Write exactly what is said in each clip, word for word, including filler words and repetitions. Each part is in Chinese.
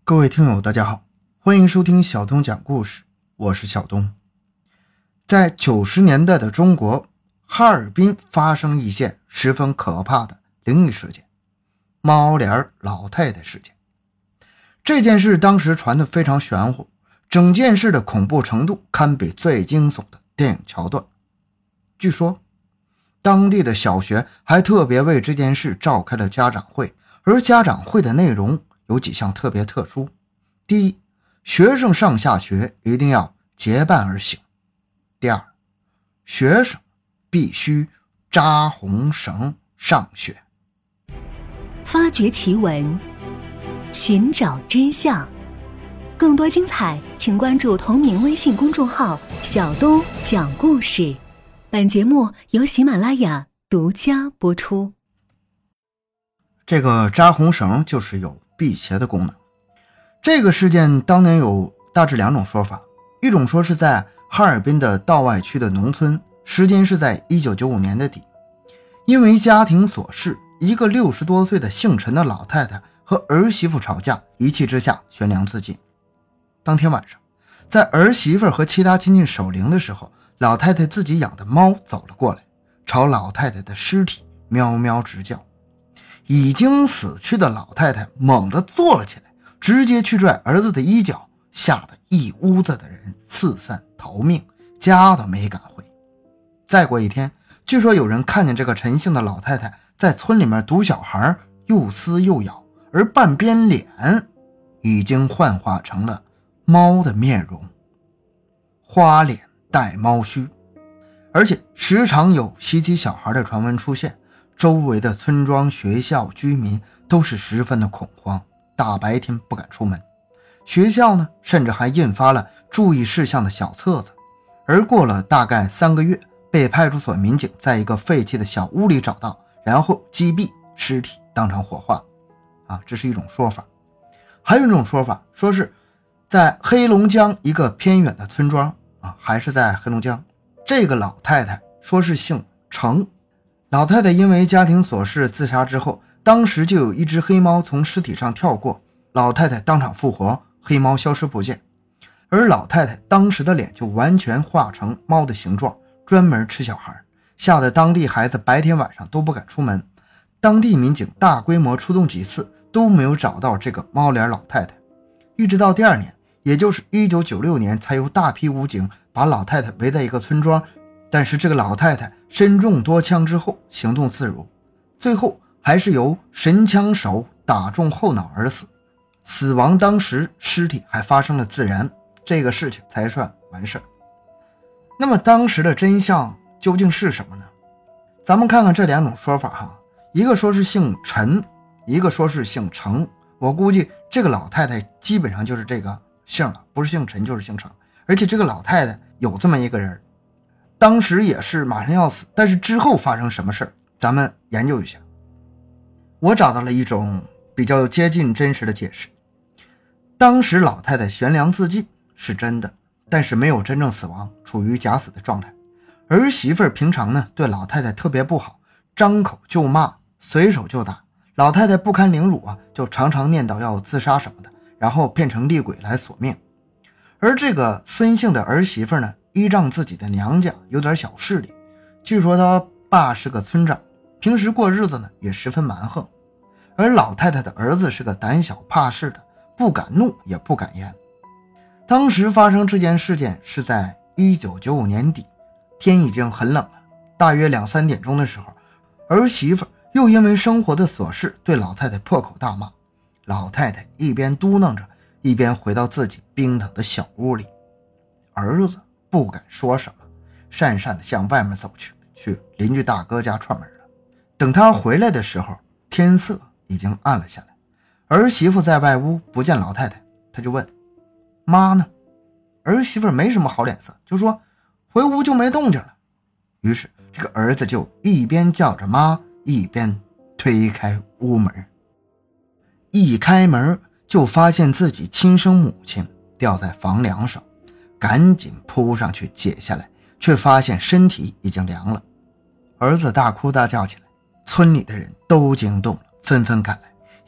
各位听友大家好，欢迎收听小东讲故事，我是小东。在九十年代的中国，哈尔滨发生一件十分可怕的灵异事件——猫脸老太太事件。这件事当时传得非常玄乎，整件事的恐怖程度堪比最惊悚的电影桥段。据说当地的小学还特别为这件事召开了家长会，而家长会的内容有几项特别特殊。第一，学生上下学一定要结伴而行。第二，学生必须扎红绳上学。 发掘奇闻，寻找真相，更多精彩请关注同名微信公众号小东讲故事。本节目由喜马拉雅独家播出。 这个扎红绳就是有辟邪的功能。这个事件当年有大致两种说法，一种说是在哈尔滨的道外区的农村，时间是在一九九五年的底，因为家庭琐事，一个六十多岁的姓陈的老太太和儿媳妇吵架，一气之下悬梁自尽。当天晚上，在儿媳妇和其他亲戚守灵的时候，老太太自己养的猫走了过来，朝老太太的尸体喵喵直叫。已经死去的老太太猛地坐了起来，直接去拽儿子的衣角，吓得一屋子的人四散逃命，家都没敢回。再过一天，据说有人看见这个陈姓的老太太在村里面毒小孩，又撕又咬，而半边脸已经幻化成了猫的面容，花脸带猫须，而且时常有袭击小孩的传闻出现。周围的村庄、学校、居民都是十分的恐慌，大白天不敢出门。学校呢，甚至还印发了注意事项的小册子。而过了大概三个月，被派出所民警在一个废弃的小屋里找到，然后击毙，尸体当场火化。啊，这是一种说法。还有一种说法，说是在黑龙江一个偏远的村庄啊，还是在黑龙江，这个老太太说是姓程。老太太因为家庭琐事自杀之后，当时就有一只黑猫从尸体上跳过，老太太当场复活，黑猫消失不见。而老太太当时的脸就完全化成猫的形状，专门吃小孩，吓得当地孩子白天晚上都不敢出门。当地民警大规模出动几次，都没有找到这个猫脸老太太。一直到第二年，也就是一九九六年，才有大批武警把老太太围在一个村庄，但是这个老太太身中多枪之后行动自如，最后还是由神枪手打中后脑而死，死亡当时尸体还发生了自燃，这个事情才算完事儿。那么当时的真相究竟是什么呢？咱们看看这两种说法哈，一个说是姓陈，一个说是姓程。我估计这个老太太基本上就是这个姓了，不是姓陈就是姓程。而且这个老太太有这么一个人，当时也是马上要死，但是之后发生什么事儿，咱们研究一下。我找到了一种比较接近真实的解释。当时老太太悬梁自尽是真的，但是没有真正死亡，处于假死的状态。儿媳妇平常呢对老太太特别不好，张口就骂，随手就打，老太太不堪凌辱啊，就常常念叨要自杀什么的，然后变成厉鬼来索命。而这个孙姓的儿媳妇呢，依仗自己的娘家有点小势力，据说他爸是个村长，平时过日子呢也十分蛮横。而老太太的儿子是个胆小怕事的，不敢怒也不敢言。当时发生这件事件是在一九九五年底，天已经很冷了，大约两三点钟的时候，儿媳妇又因为生活的琐事对老太太破口大骂。老太太一边嘟囔着，一边回到自己冰冷的小屋里。儿子不敢说什么，讪讪地向外面走去，去邻居大哥家串门了。等他回来的时候，天色已经暗了下来。儿媳妇在外屋不见老太太，他就问妈呢？儿媳妇没什么好脸色，就说回屋就没动静了。于是这个儿子就一边叫着妈，一边推开屋门。一开门就发现自己亲生母亲吊在房梁上，赶紧扑上去解下来，却发现身体已经凉了。儿子大哭大叫起来，村里的人都惊动了，纷纷赶来，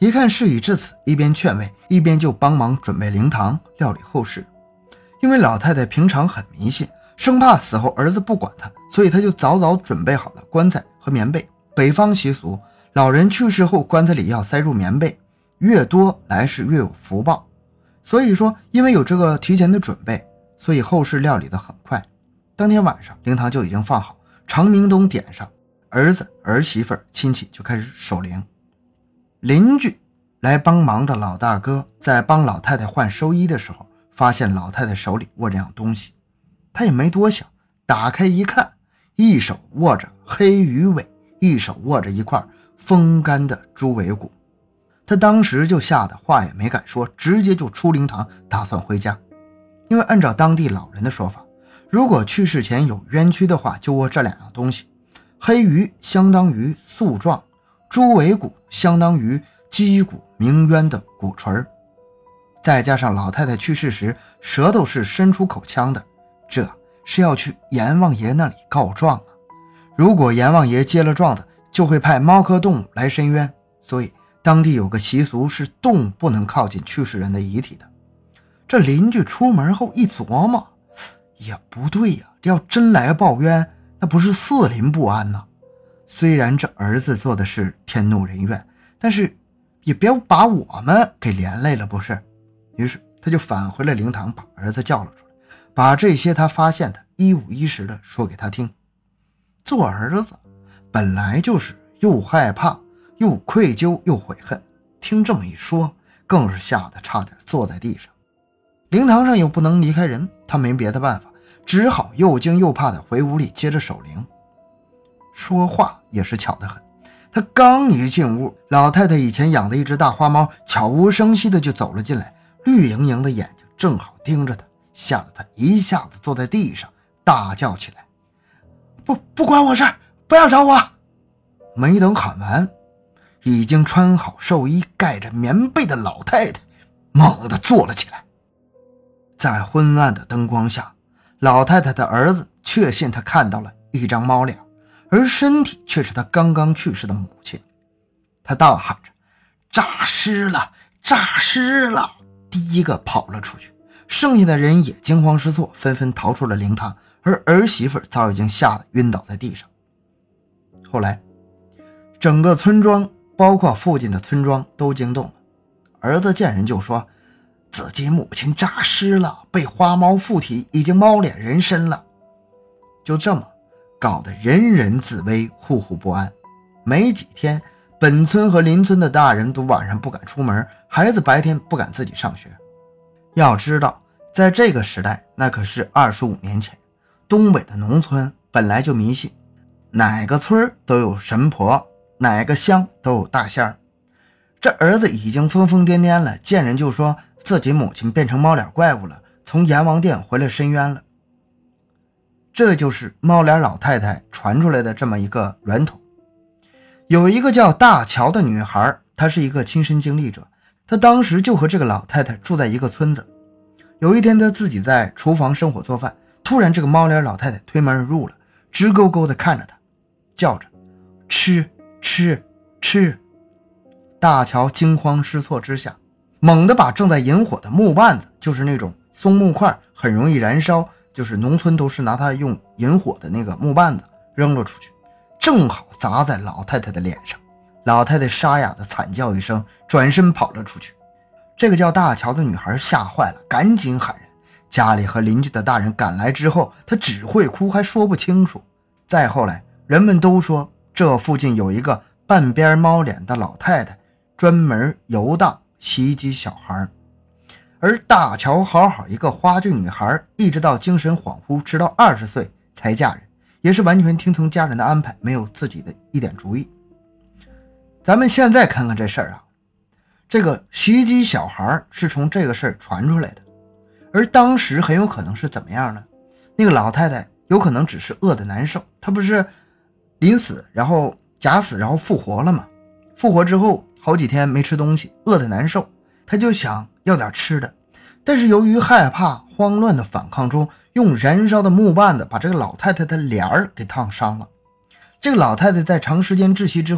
一看事已至此，一边劝慰，一边就帮忙准备灵堂，料理后事。因为老太太平常很迷信，生怕死后儿子不管她，所以她就早早准备好了棺材和棉被。北方习俗，老人去世后棺材里要塞入棉被，越多来世越有福报。所以说因为有这个提前的准备，所以后事料理得很快。当天晚上灵堂就已经放好，长明灯点上，儿子儿媳妇亲戚就开始守灵。邻居来帮忙的老大哥在帮老太太换寿衣的时候，发现老太太手里握着样东西，他也没多想，打开一看，一手握着黑鱼尾，一手握着一块风干的猪尾骨。他当时就吓得话也没敢说，直接就出灵堂打算回家。因为按照当地老人的说法，如果去世前有冤屈的话，就握这两样东西，黑鱼相当于诉状，猪尾骨相当于击鼓鸣冤的鼓槌，再加上老太太去世时舌头是伸出口腔的，这是要去阎王爷那里告状啊。如果阎王爷接了状的，就会派猫科动物来申冤，所以当地有个习俗是动物不能靠近去世人的遗体的。这邻居出门后一琢磨，也不对呀、啊，要真来报冤，那不是四邻不安呐。虽然这儿子做的是天怒人怨，但是也别把我们给连累了，不是？于是他就返回了灵堂，把儿子叫了出来，把这些他发现的一五一十的说给他听。做儿子本来就是又害怕又愧疚又悔恨，听这么一说，更是吓得差点坐在地上。灵堂上又不能离开人，他没别的办法，只好又惊又怕的回屋里接着守灵。说话也是巧得很，他刚一进屋，老太太以前养的一只大花猫悄无声息的就走了进来，绿莹莹的眼睛正好盯着他，吓得他一下子坐在地上大叫起来，不不关我事，不要找我。没等喊完，已经穿好寿衣盖着棉被的老太太猛地坐了起来。在昏暗的灯光下，老太太的儿子确信他看到了一张猫脸，而身体却是他刚刚去世的母亲。他大喊着，诈尸了，诈尸了，第一个跑了出去，剩下的人也惊慌失措，纷纷逃出了灵堂，而儿媳妇早已经吓得晕倒在地上。后来整个村庄包括附近的村庄都惊动了，儿子见人就说自己母亲诈尸了，被花猫附体，已经猫脸人身了。就这么搞得人人自危，户户不安。没几天，本村和邻村的大人都晚上不敢出门，孩子白天不敢自己上学。要知道在这个时代，那可是二十五年前，东北的农村本来就迷信，哪个村都有神婆，哪个乡都有大仙儿。这儿子已经疯疯癫癫了，见人就说自己母亲变成猫脸怪物了，从阎王殿回来申冤了。这就是猫脸老太太传出来的这么一个源头。有一个叫大乔的女孩，她是一个亲身经历者，她当时就和这个老太太住在一个村子。有一天她自己在厨房生火做饭，突然这个猫脸老太太推门而入了，直勾勾地看着她，叫着吃吃吃。大乔惊慌失措之下，猛地把正在引火的木棒子，就是那种松木块，很容易燃烧，就是农村都是拿它用引火的那个木棒子扔了出去，正好砸在老太太的脸上。老太太沙哑的惨叫一声，转身跑了出去。这个叫大乔的女孩吓坏了，赶紧喊人。家里和邻居的大人赶来之后，她只会哭，还说不清楚。再后来，人们都说这附近有一个半边猫脸的老太太，专门游荡袭击小孩。而大乔好好一个花季女孩，一直到精神恍惚，直到二十岁才嫁人，也是完全听从家人的安排，没有自己的一点主意。咱们现在看看这事儿啊，这个袭击小孩是从这个事儿传出来的，而当时很有可能是怎么样呢？那个老太太有可能只是饿得难受，她不是临死然后假死然后复活了吗？复活之后好几天没吃东西，饿得难受，她就想要点吃的，但是由于害怕慌乱的反抗中，用燃烧的木棒子把这个老太太的脸儿给烫伤了。这个老太太在长时间窒息之后，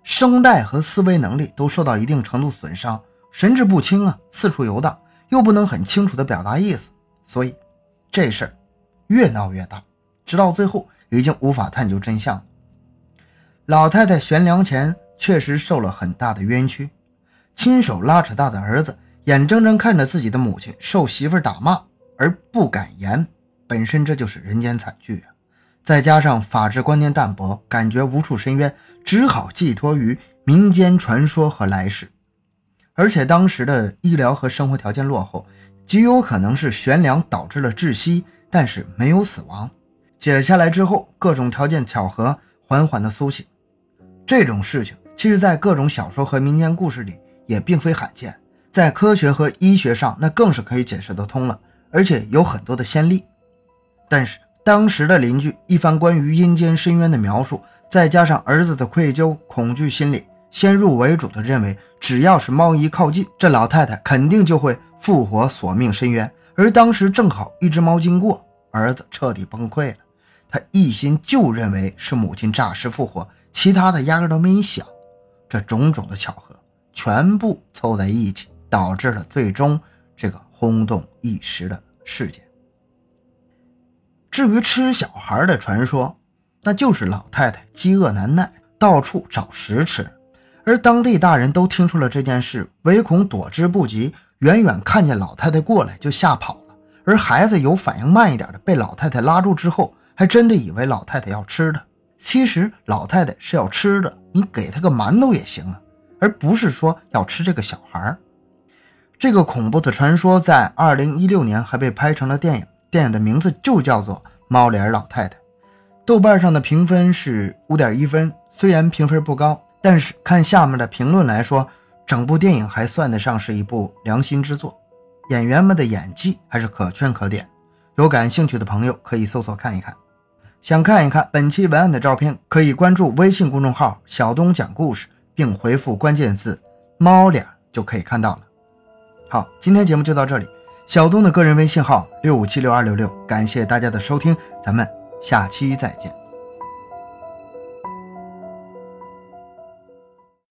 声带和思维能力都受到一定程度损伤，神志不清啊，四处游荡，又不能很清楚地表达意思，所以这事儿越闹越大，直到最后已经无法探究真相了。老太太悬梁前确实受了很大的冤屈，亲手拉扯大的儿子，眼睁睁看着自己的母亲受媳妇打骂而不敢言，本身这就是人间惨剧啊！再加上法治观念淡薄，感觉无处申冤，只好寄托于民间传说和来世。而且当时的医疗和生活条件落后，极有可能是悬梁导致了窒息，但是没有死亡。解下来之后，各种条件巧合，缓缓的苏醒。这种事情其实在各种小说和民间故事里也并非罕见，在科学和医学上那更是可以解释得通了，而且有很多的先例。但是当时的邻居一番关于阴间深渊的描述，再加上儿子的愧疚恐惧心理，先入为主的认为只要是猫一靠近，这老太太肯定就会复活索命深渊。而当时正好一只猫经过，儿子彻底崩溃了，他一心就认为是母亲诈尸复活，其他的压根都没想。这种种的巧合全部凑在一起，导致了最终这个轰动一时的事件。至于吃小孩的传说，那就是老太太饥饿难耐，到处找食吃，而当地大人都听出了这件事，唯恐躲之不及，远远看见老太太过来就吓跑了。而孩子有反应慢一点的，被老太太拉住之后，还真的以为老太太要吃的。其实老太太是要吃的，你给她个馒头也行啊，而不是说要吃这个小孩。这个恐怖的传说在二零一六年还被拍成了电影，电影的名字就叫做《猫脸老太太》。豆瓣上的评分是 五点一 分，虽然评分不高，但是看下面的评论来说，整部电影还算得上是一部良心之作，演员们的演技还是可圈可点。有感兴趣的朋友可以搜索看一看。想看一看本期文案的照片，可以关注微信公众号小东讲故事，并回复关键字猫脸就可以看到了。好，今天节目就到这里，小东的个人微信号六五七六二六六，感谢大家的收听，咱们下期再见。